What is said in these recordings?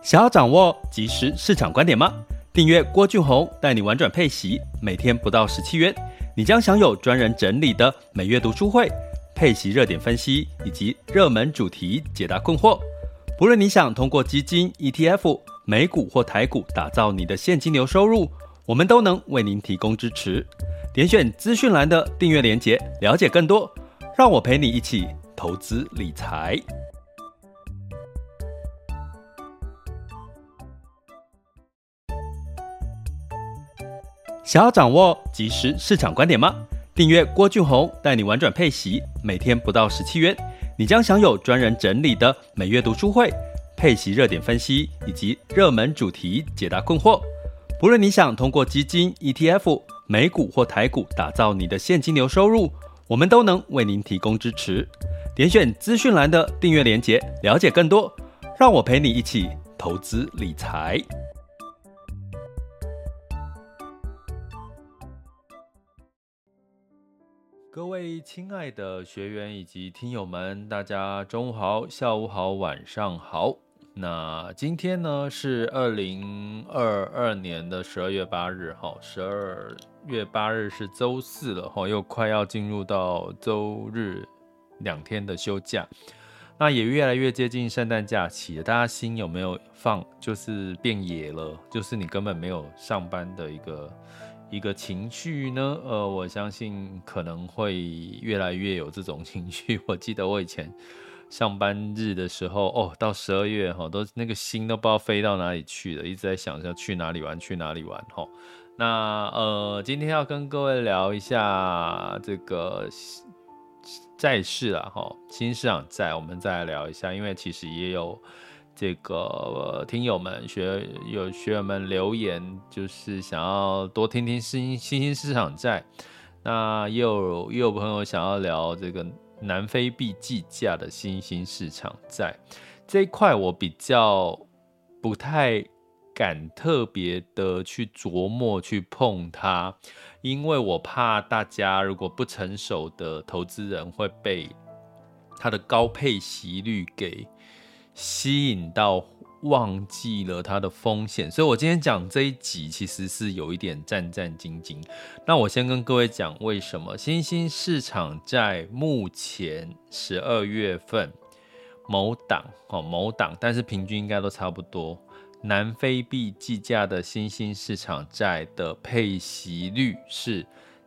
想要掌握即时市场观点吗？订阅郭俊宏带你玩转配息，每天不到17元，你将享有专人整理的每月读书会、配息热点分析以及热门主题解答困惑。不论你想通过基金、ETF、美股或台股打造你的现金流收入，我们都能为您提供支持。点选资讯栏的订阅连结，了解更多。让我陪你一起投资理财。想要掌握即时市场观点吗？订阅郭俊宏带你玩转配息，每天不到17元，你将享有专人整理的每月读书会、配息热点分析以及热门主题解答困惑。不论你想通过基金、ETF、美股或台股打造你的现金流收入，我们都能为您提供支持。点选资讯栏的订阅连结，了解更多。让我陪你一起投资理财。各位亲爱的学员以及听友们，大家中午好、下午好、晚上好。那今天呢是2022年的12月8日，12月8日是周四了，又快要进入到周日2天的休假，那也越来越接近圣诞假期了。大家心有没有放，就是变野了，就是你根本没有上班的一个情绪呢？我相信可能会越来越有这种情绪。我记得我以前上班日的时候，到12月都那个心都不知道飞到哪里去了，一直在想要去哪里玩。那今天要跟各位聊一下这个债市啦，新市场债，我们再来聊一下，因为其实也有这个听友们学员们留言，就是想要多听听新兴市场债。那也有朋友想要聊这个南非币计价的新兴市场债这一块，我比较不太敢特别的去琢磨去碰它，因为我怕大家如果不成熟的投资人会被它的高配息率给吸引到，忘记了它的风险。所以我今天讲这一集其实是有一点战战兢兢。那我先跟各位讲为什么新兴市场债目前12月份某档，但是平均应该都差不多，南非币计价的新兴市场债的配息率是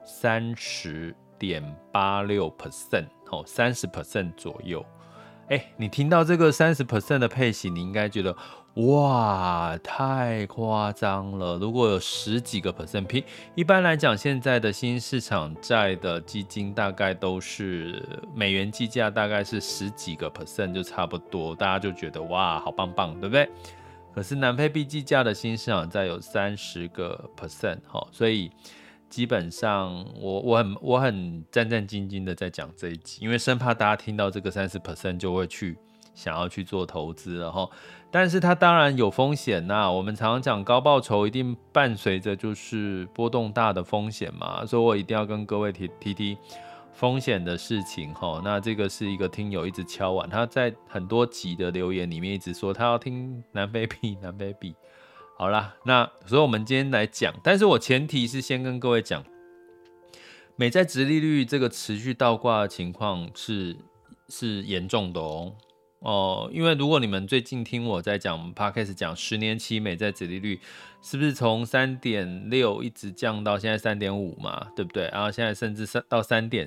30.86%，30% 左右。你听到这个 30% 的配息，你应该觉得哇，太夸张了。如果有10几个 percent， 一般来讲，现在的新市场债的基金大概都是美元计价，大概是10几个 percent 就差不多，大家就觉得哇，好棒棒，对不对？可是南非币计价的新市场债有30个 percent， 所以基本上我很战战兢兢的在讲这一集，因为生怕大家听到这个 30% 就会想要去做投资了。但是它当然有风险呐，我们常常讲高报酬一定伴随着就是波动大的风险嘛，所以我一定要跟各位提风险的事情。那这个是一个听友一直敲碗，他在很多集的留言里面一直说他要听南非币。好啦，那所以我们今天来讲，但是我前提是先跟各位讲，美债殖利率这个持续倒挂的情况是严重的因为如果你们最近听我在讲 Podcast 讲10年期美债殖利率是不是从 3.6 一直降到现在 3.5 嘛，对不对？然后现在甚至到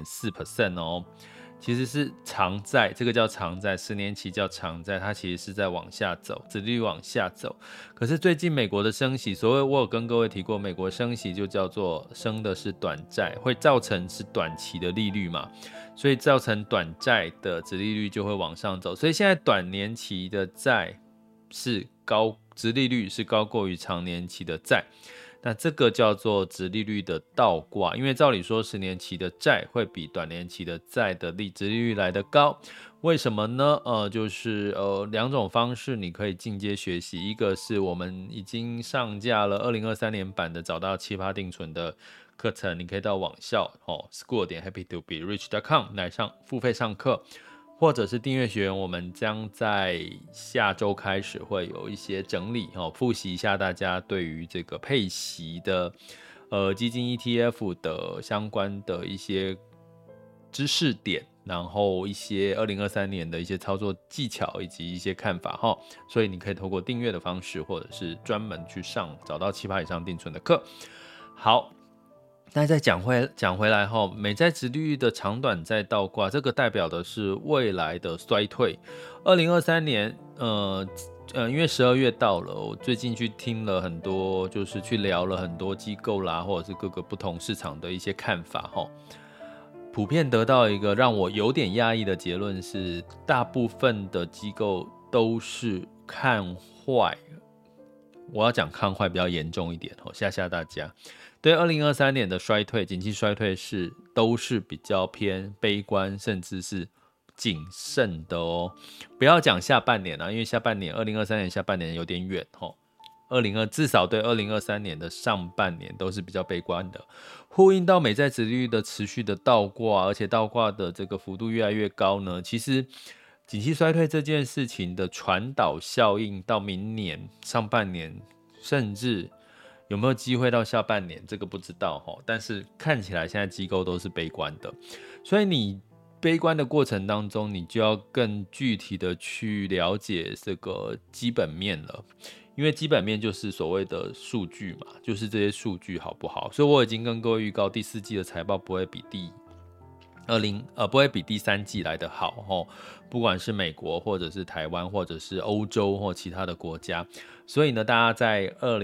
3.4% 其实是长债，这个叫长债，10年期叫长债，它其实是在往下走，殖利率往下走。可是最近美国的升息，所谓我有跟各位提过，美国升息就叫做升的是短债，会造成是短期的利率嘛，所以造成短债的殖利率就会往上走。所以现在短年期的债是殖利率是高过于长年期的债。那这个叫做殖利率的倒挂，因为照理说10年期的债会比短年期的债的殖利率来得高，为什么呢？就是两种方式你可以进阶学习，一个是我们已经上架了2023年版的找到奇葩定存的课程，你可以到网校school.happytoberich.com 来付费上课。 或者是订阅学员，我们将在下周开始会有一些整理复习一下大家对于这个配息的基金 ETF 的相关的一些知识点，然后一些2023年的一些操作技巧以及一些看法所以你可以透过订阅的方式，或者是专门去找到7%以上定存的课。好，那再讲回来美债殖利率的长短债倒挂，这个代表的是未来的衰退。2023年因为12月到了，我最近去听了很多，就是去聊了很多机构啦，或者是各个不同市场的一些看法普遍得到一个让我有点讶异的结论是，大部分的机构都是看坏。我要讲看坏比较严重一点吓大家。对2023年的衰退，景气衰退都是比较偏悲观，甚至是谨慎的不要讲下半年因为2023年下半年有点远至少对2023年的上半年都是比较悲观的，呼应到美债殖利率的持续的倒挂，而且倒挂的这个幅度越来越高呢。其实景气衰退这件事情的传导效应到明年上半年，甚至有没有机会到下半年，这个不知道但是看起来现在机构都是悲观的，所以你悲观的过程当中，你就要更具体的去了解这个基本面了，因为基本面就是所谓的数据嘛，就是这些数据好不好。所以我已经跟各位预告，第4季的财报不会比第3季来得好不管是美国或者是台湾或者是欧洲或其他的国家。所以呢，大家在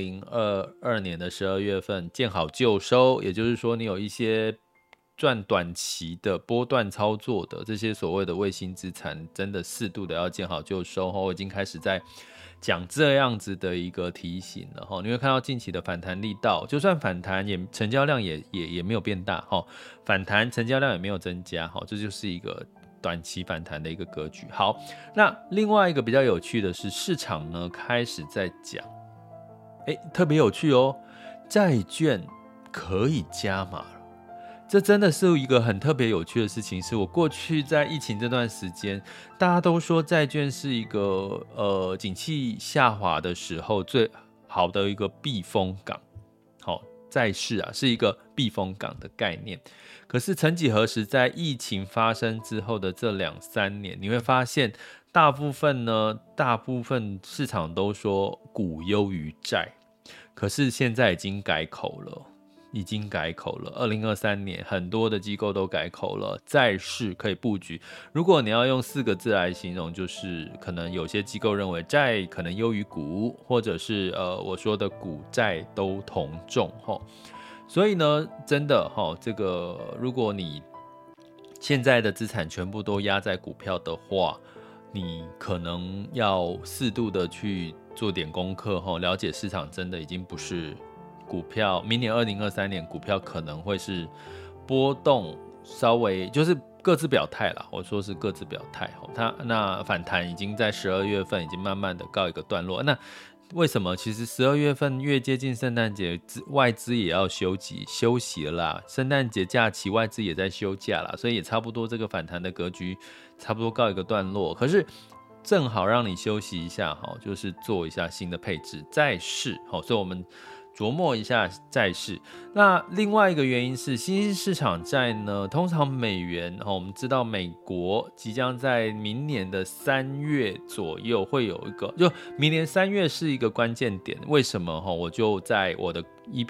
2022年的12月份见好就收，也就是说你有一些赚短期的波段操作的这些所谓的卫星资产，真的适度的要见好就收我已经开始在讲这样子的一个提醒了你会看到近期的反弹力道，就算反弹成交量也没有变大反弹成交量也没有增加这就是一个短期反弹的一个格局。好，那另外一个比较有趣的是，市场呢开始在讲特别有趣债券可以加码了。这真的是一个很特别有趣的事情，是我过去在疫情这段时间，大家都说债券是一个景气下滑的时候最好的一个避风港债市是一个避风港的概念。可是曾几何时，在疫情发生之后的这2-3年，你会发现大部分市场都说股优于债，可是现在已经改口了。2023年很多的机构都改口了，债市可以布局。如果你要用4个字来形容，就是可能有些机构认为债可能优于股，或者是我说的股债都同重所以呢，真的这个如果你现在的资产全部都压在股票的话，你可能要适度的去做点功课了解市场真的已经不是股票。明年2023年股票可能会是波动稍微就是各自表态啦，我说是各自表态那反弹已经在12月份已经慢慢的告一个段落。那为什么？其实12月份越接近圣诞节，外资也要休息了啦。圣诞节假期外资也在休假啦，所以也差不多这个反弹的格局差不多告一个段落。可是正好让你休息一下就是做一下新的配置债市所以我们琢磨一下债市。那另外一个原因是新兴市场债呢，通常美元我们知道美国即将在明年的3月左右会有一个，就明年3月是一个关键点。为什么我就在我的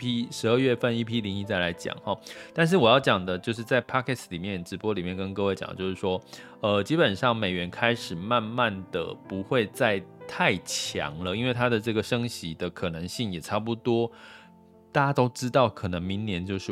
12月份 EP01 再来讲但是我要讲的就是在 Podcast 里面直播里面跟各位讲，就是说基本上美元开始慢慢的不会再太强了，因为它的这个升息的可能性也差不多，大家都知道可能明年就是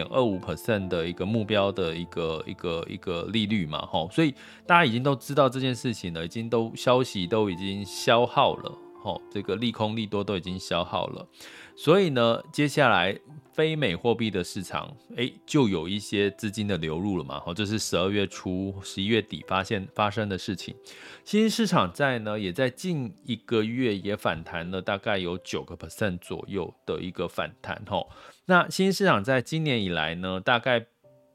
5.25% 的一个目标的一个利率嘛所以大家已经都知道这件事情了，消息都已经消耗了这个利空利多都已经消耗了。所以呢，接下来非美货币的市场就有一些资金的流入了嘛这是12月初11月底发生的事情。新兴市场债呢也在近1个月也反弹了大概有 9% 左右的一个反弹那新兴市场债今年以来呢，大概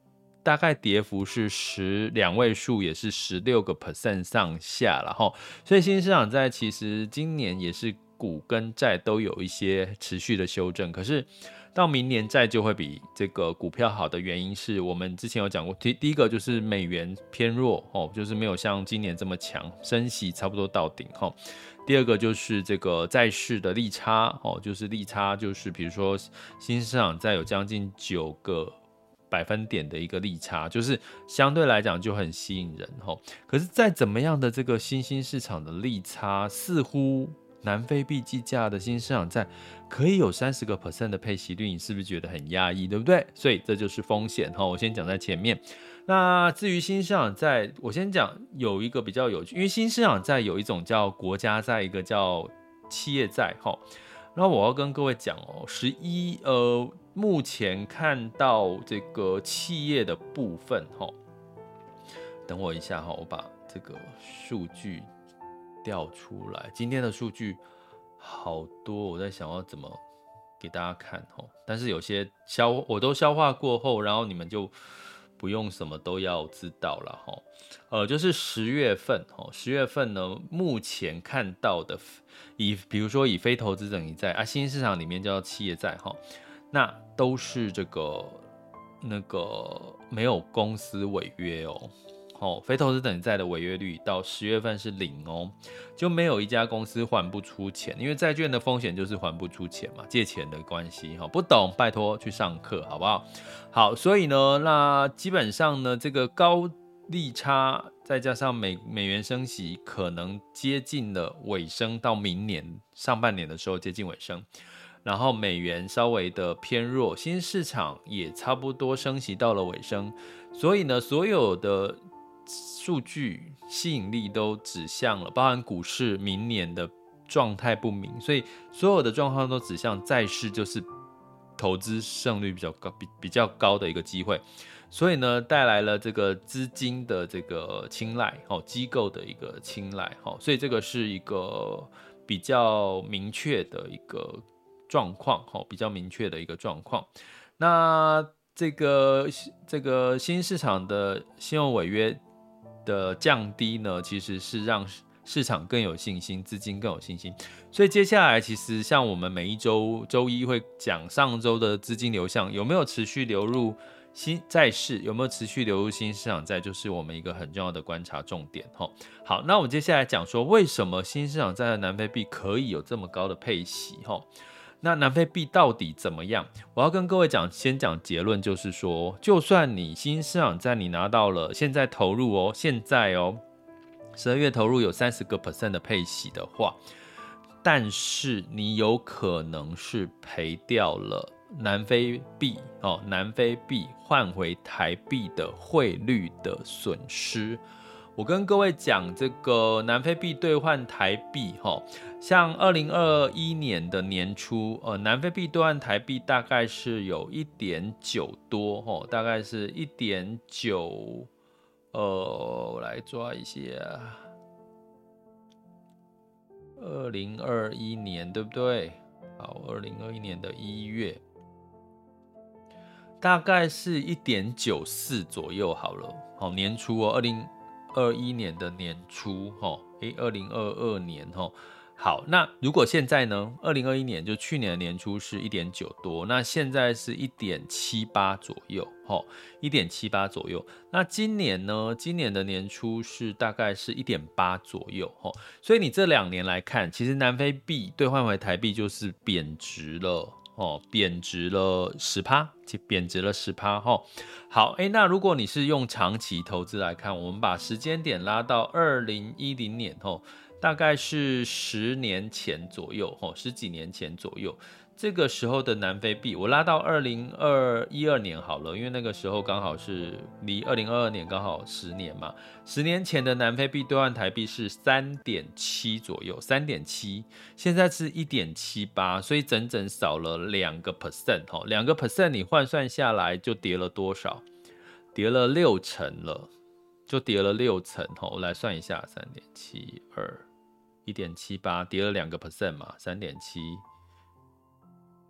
大概跌幅是两位数，也是16% 上下了哈。所以新兴市场债其实今年也是股跟债都有一些持续的修正，可是到明年债就会比这个股票好的原因是我们之前有讲过，第一个就是美元偏弱哦，就是没有像今年这么强，升息差不多到顶哈。第二个就是这个债市的利差哦，就是利差就是比如说新兴市场债有将近9个百分点的一个利差，就是相对来讲就很吸引人哈。可是再怎么样的这个新兴市场的利差，似乎南非币计价的新兴市场债可以有30% 的配息率，你是不是觉得很压抑，对不对？所以这就是风险哈。我先讲在前面。那至于新市场债，我先讲有一个比较有趣，因为新市场债有一种叫国家债，一个叫企业债哈。然后我要跟各位讲哦目前看到这个企业的部分哈，等我一下哈，我把这个数据调出来。今天的数据好多，我在想要怎么给大家看哈，但是有些我都消化过后，然后你们就不用什么都要知道了哈。就是10月份哈，10月份呢，目前看到的比如说以非投资等级债啊，新兴市场里面叫企业债哈，那都是这个没有公司违约哦。非投资等级债的违约率到10月份是0哦，就没有一家公司还不出钱，因为债券的风险就是还不出钱嘛，借钱的关系哈。不懂拜托去上课好不好？好，所以呢，那基本上呢，这个高利差再加上美元升息，可能接近了尾声，到明年上半年的时候接近尾声。然后美元稍微的偏弱，新市场也差不多升息到了尾声，所以呢，所有的数据吸引力都指向了，包含股市明年的状态不明，所以所有的状况都指向债市就是投资胜率比较高的一个机会，所以呢，带来了这个资金的这个青睐，机构的一个青睐，所以这个是一个比较明确的一个状况，比较明确的一个状况。那这个新市场的信用违约的降低呢，其实是让市场更有信心，资金更有信心。所以接下来其实像我们每一周周一会讲上周的资金流向有没有持续流入新债市，有没有持续流入新市场债，就是我们一个很重要的观察重点。好，那我们接下来讲说为什么新市场债的南非币可以有这么高的配息。那南非币到底怎么样？我要跟各位先讲结论，就是说，就算你新市场债你拿到了，现在投入现在12月投入有30% 的配息的话，但是你有可能是赔掉了南非币换回台币的汇率的损失。我跟各位讲，这个南非币兑换台币，像2021年的年初，南非币兑换台币大概是有1.9多，大概是1.9，我来抓一下，2021年对不对？好，2021年的1月，大概是1.94左右好了。好，年初2021年的年初，2022年好，那如果现在呢？2021年就去年的年初是1.9多，那现在是1.78左右，1.78左右。那今年呢？今年的年初是大概是1.8左右，所以你这2年来看，其实南非币兑换回台币就是贬值了。贬值了10%，贬值了10%。好，那如果你是用长期投资来看，我们把时间点拉到2010年大概是10年前左右，10几年前左右，这个时候的南非币，我拉到2012年好了，因为那个时候刚好是离2022年刚好10年嘛。10年前的南非币兑换台币是3.7左右，3.7，现在是1.78，所以整整少了2%，2% 你换算下来就跌了多少？跌了60%了，就跌了60%。我来算一下，3.72。1.78跌了2% 嘛，3.7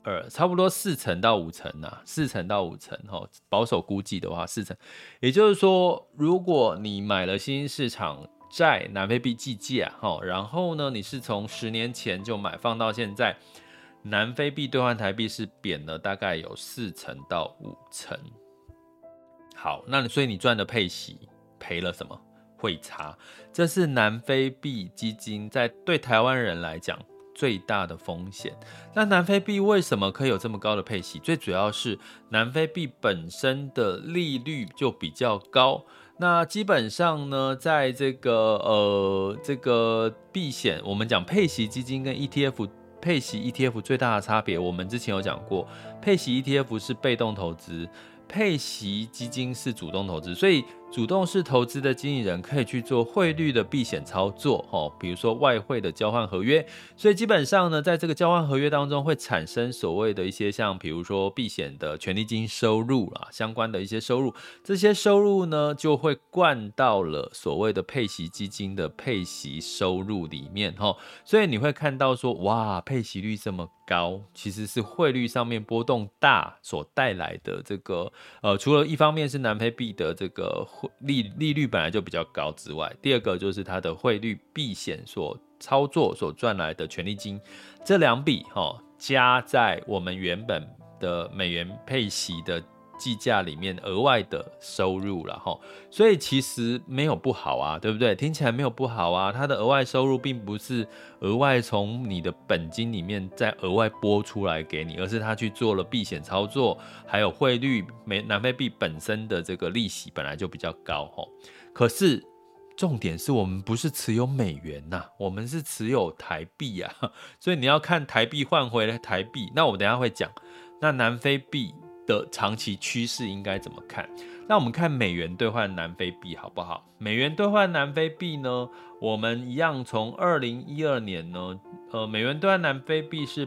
差不多4%到5%啊，4%到5%保守估计的话4%。也就是说，如果你买了新兴市场债南非币计价，然后呢，你是从10年前就买放到现在，南非币兑换台币是贬了大概有4%到5%。好，那所以你赚的配息赔了什么？汇差，这是南非币基金在对台湾人来讲最大的风险。那南非币为什么可以有这么高的配息？最主要是南非币本身的利率就比较高。那基本上呢，在这个避险，我们讲配息基金跟 ETF。配息 ETF 最大的差别，我们之前有讲过，配息 ETF 是被动投资，配息基金是主动投资，所以主动式投资的经理人可以去做汇率的避险操作，比如说外汇的交换合约，所以基本上呢，在这个交换合约当中会产生所谓的一些像比如说避险的权利金收入啦，相关的一些收入，这些收入呢就会灌到了所谓的配息基金的配息收入里面，所以你会看到说，哇，配息率这么高，其实是汇率上面波动大所带来的这个除了一方面是南非币的这个利率本来就比较高之外，第二个就是它的汇率避险所操作所赚来的权利金，这两笔加在我们原本的美元配息的计价里面额外的收入了齁，所以其实没有不好啊，对不对？听起来没有不好啊，它的额外收入并不是额外从你的本金里面再额外拨出来给你，而是它去做了避险操作，还有汇率南非币本身的这个利息本来就比较高齁。可是重点是我们不是持有美元呐，我们是持有台币啊，所以你要看台币换回来台币。那我等一下会讲，那南非币的长期趋势应该怎么看？那我们看美元兑换南非币好不好？美元兑换南非币呢，我们一样从2012年呢，美元兑换南非币是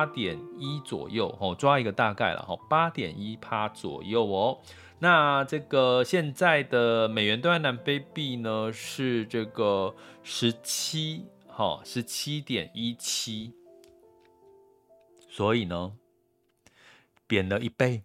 8.1左右，抓一个大概了，8.1% 左右哦。那这个现在的美元兑换南非币呢是这个17.17，所以呢贬了一倍。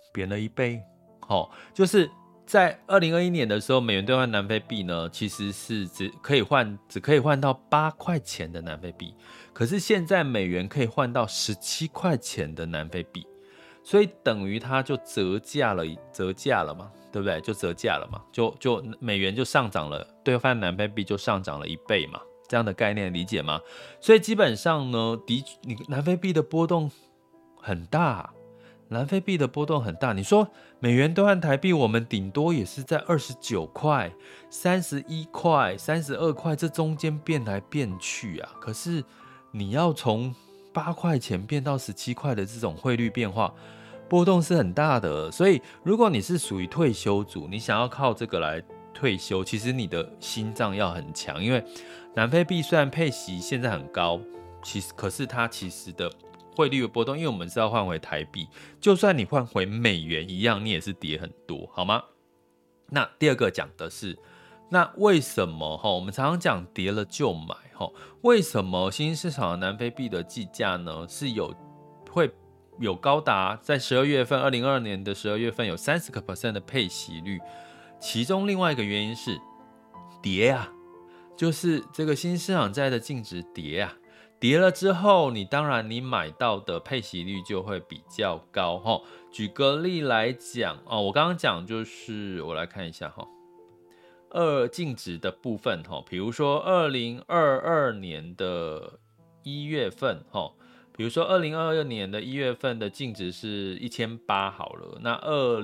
就是在2021年的时候，美元兑换南非币呢，其实是只可以换到8块钱的南非币，可是现在美元可以换到17块钱的南非币，所以等于它就折价了嘛，对不对？就折价了嘛，就美元就上涨了，兑换南非币就上涨了1倍嘛，这样的概念理解吗？所以基本上呢，南非币的波动很大。南非币的波动很大，你说美元兑换台币，我们顶多也是在29块、31块、32块这中间变来变去啊。可是你要从8块钱变到17块的这种汇率变化，波动是很大的。所以如果你是属于退休族，你想要靠这个来退休，其实你的心脏要很强，因为南非币虽然配息现在很高，可是它其实的汇率的波动，因为我们是要换回台币，就算你换回美元一样，你也是跌很多，好吗？那第二个讲的是，那为什么我们常常讲跌了就买，为什么新兴市场的南非币的计价呢是会有高达在12月份2022年的12月份有 30% 的配息率？其中另外一个原因是跌啊，就是这个新兴市场债的净值跌啊。跌了之后，当然你买到的配息率就会比较高。举个例来讲，我刚刚讲就是我来看一下净值的部分，比如说2022年的1月份，比如说2022年的1月份的净值是1800好了，那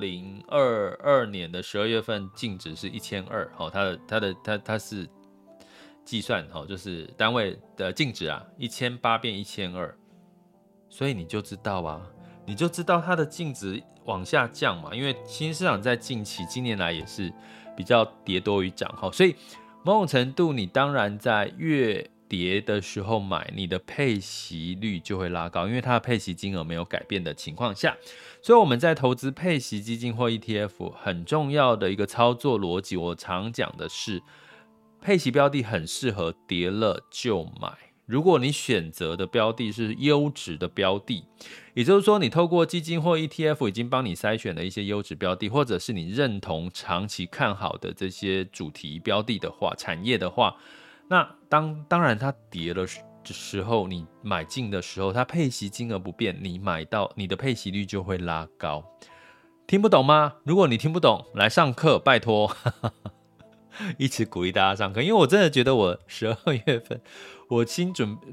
2022年的12月份净值是1200，它是计算就是单位的净值啊，1800变1200，所以你就知道它的净值往下降嘛，因为新兴市场在近年来也是比较跌多于涨，所以某种程度你当然在越跌的时候买，你的配息率就会拉高，因为它的配息金额没有改变的情况下，所以我们在投资配息基金或 ETF 很重要的一个操作逻辑，我常讲的是配息标的很适合跌了就买， 如果你选择的标的是优质的标的，也就是说你透过基金或 ETF 已经帮你筛选了一些优质标的，或者是你认同长期看好的这些主题标的的话，产业的话，那当然它跌了的时候，你买进的时候，它配息金额不变，你买到你的配息率就会拉高。听不懂吗？如果你听不懂，来上课，拜托。一直鼓励大家上课，因为我真的觉得我12月份我新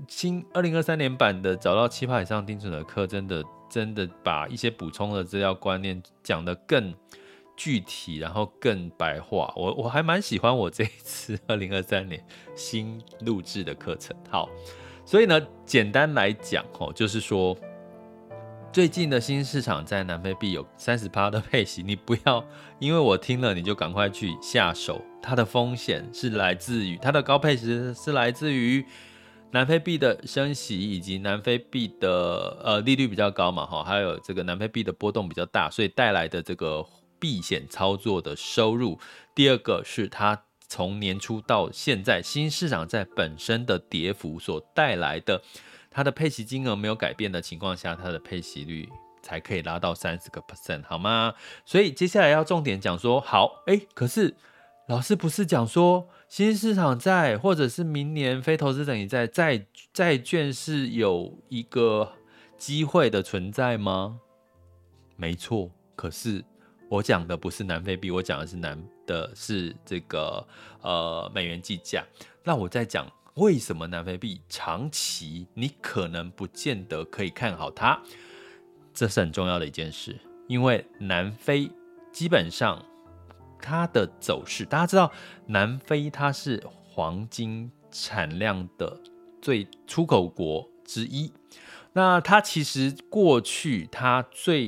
2023年版的找到7%以上定存的课，真的把一些补充的资料观念讲得更具体，然后更白话。我还蛮喜欢我这一次2023年新录制的课程。好，所以呢，简单来讲就是说，最近的新市场在南非币有30%的配息，你不要因为我听了你就赶快去下手，它的风险是来自于它的高配息是来自于南非币的升息，以及南非币的利率比较高嘛，还有这个南非币的波动比较大，所以带来的这个避险操作的收入。第二个是它从年初到现在新市场在本身的跌幅所带来的，它的配息金额没有改变的情况下，它的配息率才可以拉到30%，好吗？所以接下来要重点讲说，好，可是老师不是讲说新市场债或者是明年非投资等级债券是有一个机会的存在吗？没错，可是我讲的不是南非币，我讲的是这个美元计价。那我在讲为什么南非币长期你可能不见得可以看好它，这是很重要的一件事。因为南非基本上它的走势，大家知道南非它是黄金产量的最出口国之一，那它其实过去它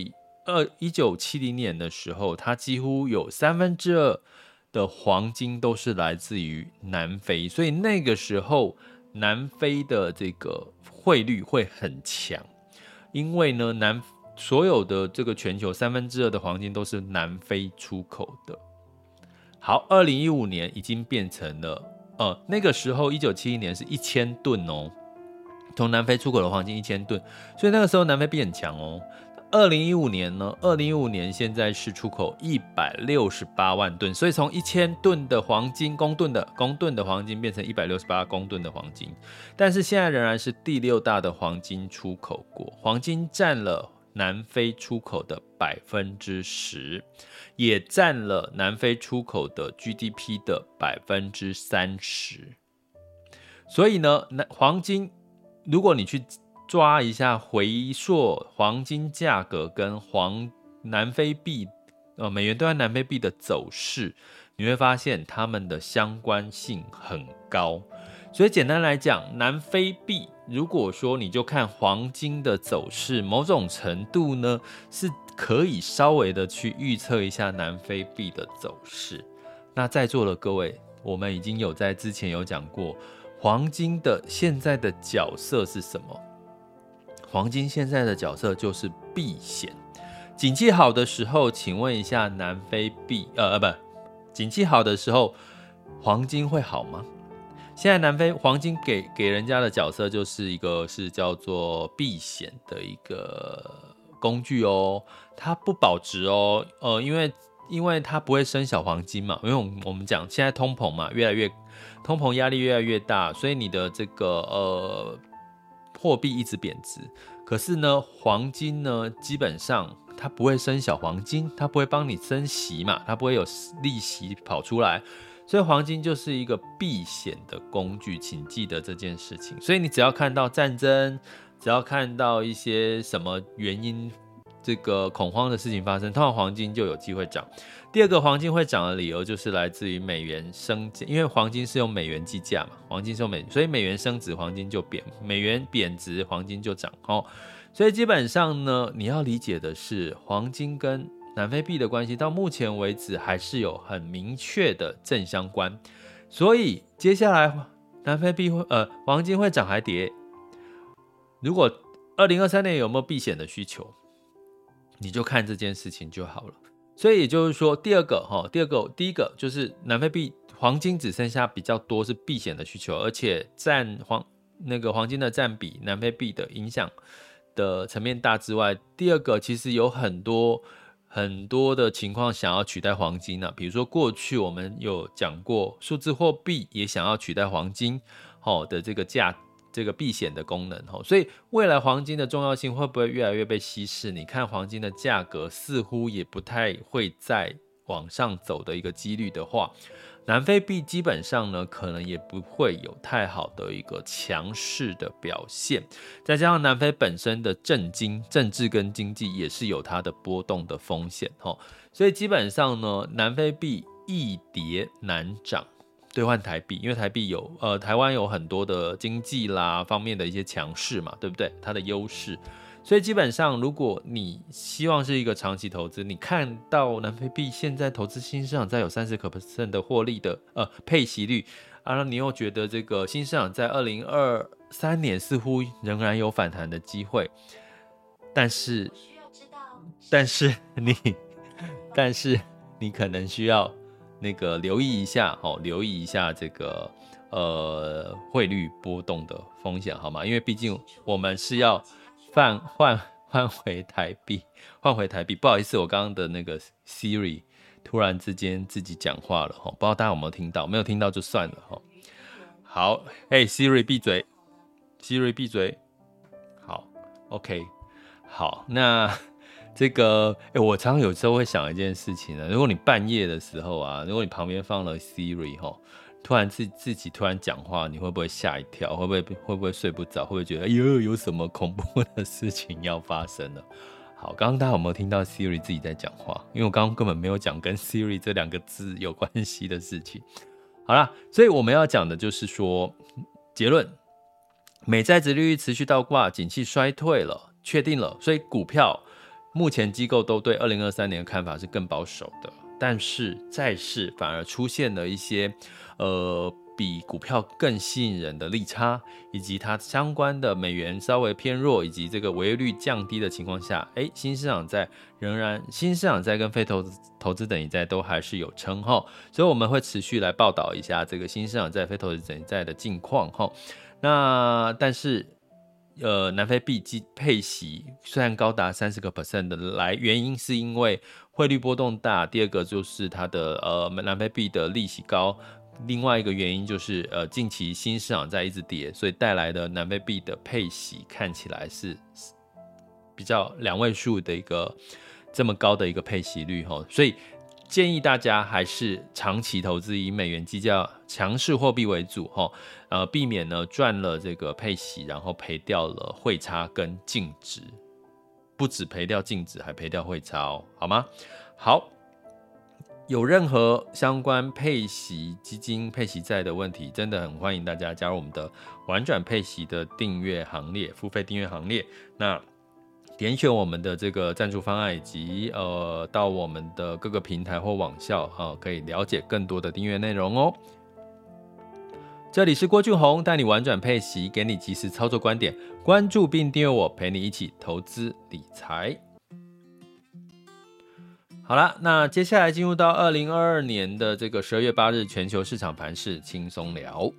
1970年的时候，它几乎有2/3的黄金都是来自于南非，所以那个时候南非的这个汇率会很强，因为呢所有的这个全球2/3的黄金都是南非出口的。好，2015年已经变成了那个时候1971年是1000吨哦，从南非出口的黄金1000吨，所以那个时候南非币很强哦。2015年呢？2015年现在是出口168万吨，所以从1000吨的黄金公吨的黄金变成168公吨的黄金，但是现在仍然是第6大的黄金出口国，黄金占了南非出口的10%，也占了南非出口的 GDP 的30%。所以呢，黄金如果你去抓一下回溯黄金价格跟南非币美元兑换南非币的走势，你会发现它们的相关性很高。所以简单来讲，南非币如果说你就看黄金的走势，某种程度呢是可以稍微的去预测一下南非币的走势。那在座的各位，我们已经有在之前有讲过黄金的现在的角色是什么？黄金现在的角色就是避险。景气好的时候，请问一下南非币景气好的时候黄金会好吗？现在南非黄金给人家的角色就是一个是叫做避险的一个工具哦，它不保值哦，因为它不会生小黄金嘛，因为我们讲现在通膨嘛，通膨压力越来越大，所以你的这个货币一直贬值。可是呢，黄金呢，基本上它不会生小黄金，它不会帮你升息嘛，它不会有利息跑出来，所以黄金就是一个避险的工具，请记得这件事情。所以你只要看到战争，只要看到一些什么原因，这个恐慌的事情发生，通常黄金就有机会涨。第二个黄金会涨的理由就是来自于美元升值，因为黄金是用美元计价嘛，黄金是用美元，所以美元升值，黄金就贬；美元贬值，黄金就涨。所以基本上呢，你要理解的是，黄金跟南非币的关系到目前为止还是有很明确的正相关。所以接下来南非币黄金会涨还跌？如果2023年有没有避险的需求，你就看这件事情就好了。所以也就是说，第一个就是南非币黄金只剩下比较多是避险的需求，而且占那个黄金的占比，南非币的影响的层面大之外，第二个其实有很多的情况想要取代黄金比如说过去我们有讲过，数字货币也想要取代黄金的这个避险的功能所以未来黄金的重要性会不会越来越被稀释？你看黄金的价格似乎也不太会再往上走的一个几率的话，南非币基本上呢，可能也不会有太好的一个强势的表现。再加上南非本身的政治跟经济也是有它的波动的风险所以基本上呢，南非币易跌难涨。兑换台币，因为台币台湾有很多的经济啦方面的一些强势嘛，对不对？它的优势，所以基本上如果你希望是一个长期投资，你看到南非币现在投资新市场在有30% 的获利的配息率你又觉得这个新市场在2023年似乎仍然有反弹的机会，但是你可能需要那个留意一下这个汇率波动的风险，好吗？因为毕竟我们是要换回台币，不好意思，我刚刚的那个 Siri 突然之间自己讲话了不知道大家有没有听到？没有听到就算了好，Siri 闭嘴 ，Siri 闭嘴。好 ，OK， 好，那。这个我常常有时候会想一件事情如果你半夜的时候如果你旁边放了 Siri 突然自己突然讲话，你会不会吓一跳？会不会睡不着？会不会觉得有什么恐怖的事情要发生了？好，刚刚大家有没有听到 Siri 自己在讲话？因为我刚刚根本没有讲跟 Siri 这2个字有关系的事情。好啦，所以我们要讲的就是说，结论，美债殖利率持续倒挂，景气衰退了，确定了，所以股票。目前机构都对2023年的看法是更保守的，但是债市反而出现了一些比股票更吸引人的利差，以及它相关的美元稍微偏弱，以及这个违约率降低的情况下，新市场债跟非投资等级债都还是有撑所以我们会持续来报道一下这个新市场债、非投资等级债的近况那但是。南非币配息虽然高达30% 的原因是因为汇率波动大，第二个就是它的南非币的利息高，另外一个原因就是近期新市场在一直跌，所以带来的南非币的配息看起来是比较2位数的一个这么高的一个配息率所以建议大家还是长期投资以美元计价强势货币为主避免呢赚了这个配息，然后赔掉了汇差跟净值，不止赔掉净值，还赔掉汇差好吗？好，有任何相关配息基金、配息债的问题，真的很欢迎大家加入我们的玩转配息的订阅行列、付费订阅行列。那点选我们的这个赞助方案，以及到我们的各个平台或网校可以了解更多的订阅内容这里是郭俊宏，带你玩转配息，给你及时操作观点，关注并订阅我，陪你一起投资理财。好啦，那接下来进入到2022年的这个12月8日全球市场盘势轻松聊。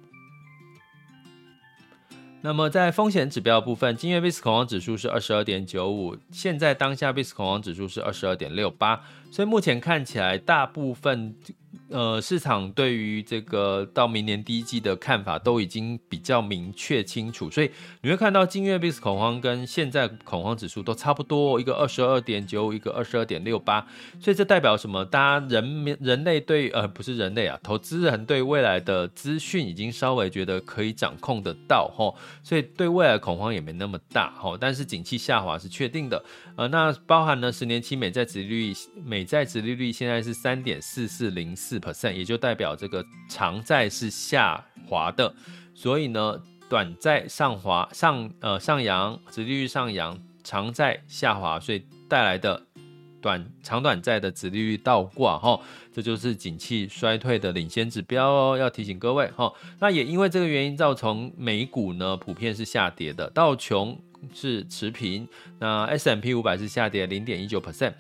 那么在风险指标的部分，今月 VIX 恐慌指数是 22.95， 现在当下 VIX 恐慌指数是 22.68， 所以目前看起来大部分市场对于这个到明年第一季的看法都已经比较明确清楚，所以你会看到今月 VIX 恐慌跟现在恐慌指数都差不多，一个 22.95， 一个 22.68， 所以这代表什么？大家人类对不是人类投资人对未来的资讯已经稍微觉得可以掌控得到所以对未来的恐慌也没那么大但是景气下滑是确定的那包含了10年期美债殖利率现在是 3.4404%， 也就代表这个长债是下滑的，所以呢短债上扬，殖利率上扬，长债下滑，所以带来的长短债的殖利率倒挂这就是景气衰退的领先指标要提醒各位那也因为这个原因造成美股呢普遍是下跌的，道琼是持平，那 S&P 500是下跌 0.19%，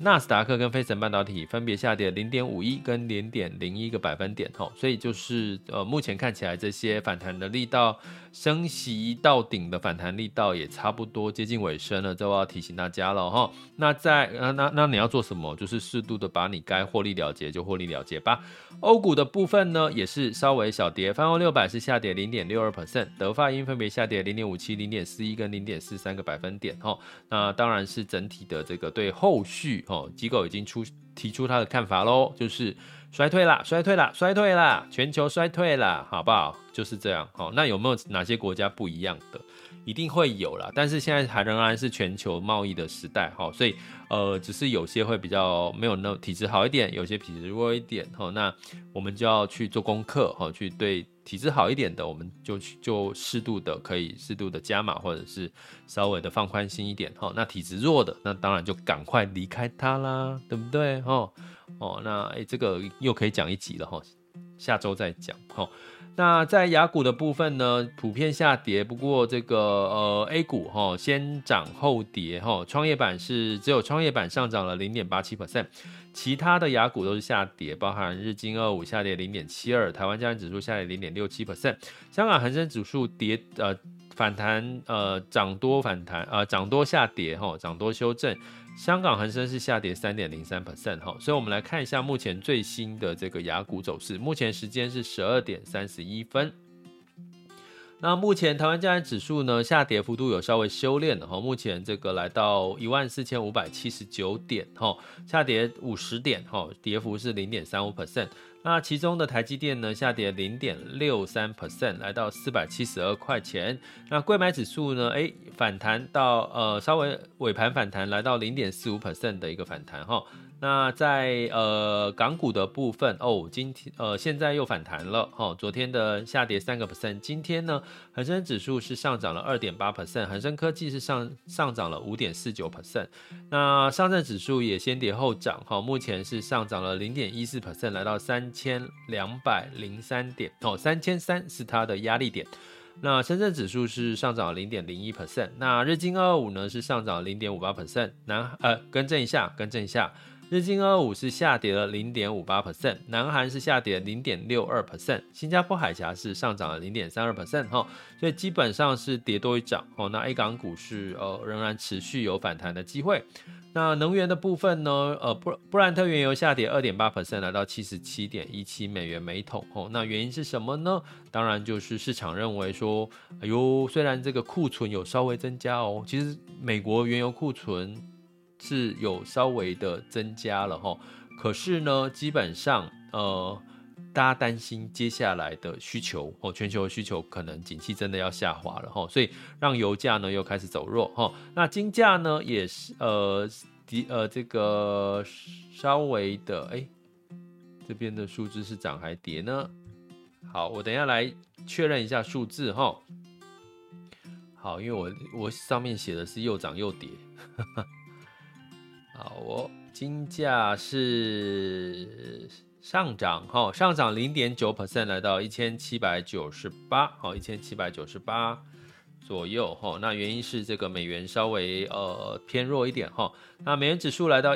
纳斯达克跟费城半导体分别下跌 0.51 跟 0.01 个百分点，所以就是目前看起来这些反弹的力道，升息到顶的反弹力道也差不多接近尾声了，这我要提醒大家了。那那你要做什么？就是适度的把你该获利了结就获利了结吧。欧股的部分呢，也是稍微小跌，泛欧600是下跌 0.62%， 德法英分别下跌 0.57、0.41 跟 0.43个百分点。那当然是整体的这个对后续机构已经提出他的看法咯，就是衰退啦，全球衰退啦，好不好？就是这样。那有没有哪些国家不一样的？一定会有啦，但是现在还仍然是全球贸易的时代，所以只是有些会比较没有那体质好一点，有些体质弱一点，那我们就要去做功课，去对体质好一点的，我们就适度的可以适度的加码，或者是稍微的放宽心一点，那体质弱的，那当然就赶快离开它啦，对不对？那这个又可以讲一集了，下周再讲。那在亚股的部分呢，普遍下跌，不过这个A 股先涨后跌，只有创业板上涨了 0.87%， 其他的亚股都是下跌，包含日经25下跌 0.72%， 台湾加权指数下跌 0.67%， 香港恒生指数反弹涨多反弹涨多下跌涨多修正，香港恒生是下跌 3.03%， 所以我们来看一下目前最新的这个亚股走势，目前时间是12点31分。那目前台湾加权指数呢下跌幅度有稍微修炼了，目前这个来到14579点，下跌50点，跌幅是 0.35%。那其中的台积电呢下跌 0.63%， 来到472块钱。那柜买指数呢反弹到稍微尾盘反弹来到 0.45% 的一个反弹。那在港股的部分现在又反弹了，昨天的下跌3%，今天呢恒生指数是上涨了 2.8%， 恒生科技是上涨了 5.49%， 那上证指数也先跌后涨，目前是上涨了 0.14%， 来到3203点，3003是它的压力点。那深圳指数是上涨了 0.01%， 那日经225呢是上涨了 0.58%， 更正一下，日经225是下跌了 0.58%， 南韩是下跌了 0.62%， 新加坡海峡是上涨了 0.32%， 所以基本上是跌多于涨。那 A 港股是仍然持续有反弹的机会。那能源的部分呢，布兰特原油下跌 2.8%， 来到 77.17 美元每桶。那原因是什么呢？当然就是市场认为说，虽然这个库存有稍微增加其实美国原油库存是有稍微的增加了可是呢基本上大家担心接下来的需求全球的需求可能景气真的要下滑了所以让油价呢又开始走弱那金价呢也是这个稍微的这边的数字是涨还跌呢？好，我等一下来确认一下数字好，因为我上面写的是又涨又跌好金价是上涨 0.9%， 来到1798左右那原因是这个美元稍微偏弱一点那美元指数来到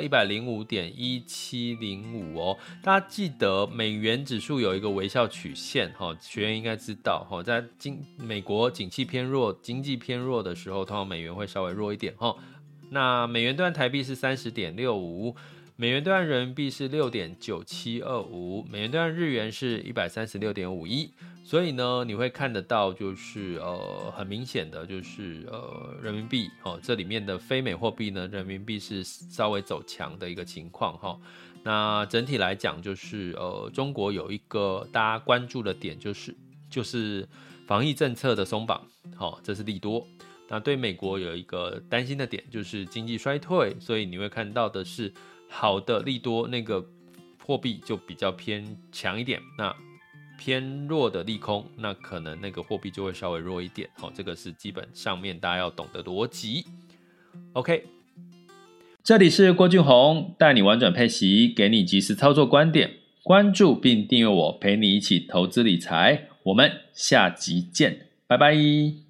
105.1705大家记得美元指数有一个微笑曲线学员应该知道在美国经济偏弱的时候，通常美元会稍微弱一点那美元兑换台币是 30.65， 美元兑换人民币是 6.9725， 美元兑换日元是 136.51， 所以呢你会看得到就是很明显的就是人民币这里面的非美货币呢，人民币是稍微走强的一个情况那整体来讲就是中国有一个大家关注的点就是防疫政策的松绑这是利多。那对美国有一个担心的点就是经济衰退，所以你会看到的是好的利多，那个货币就比较偏强一点，那偏弱的利空，那可能那个货币就会稍微弱一点这个是基本上面大家要懂的逻辑。 OK， 这里是郭俊宏，带你玩转配息，给你及时操作观点，关注并订阅我，陪你一起投资理财，我们下集见，拜拜。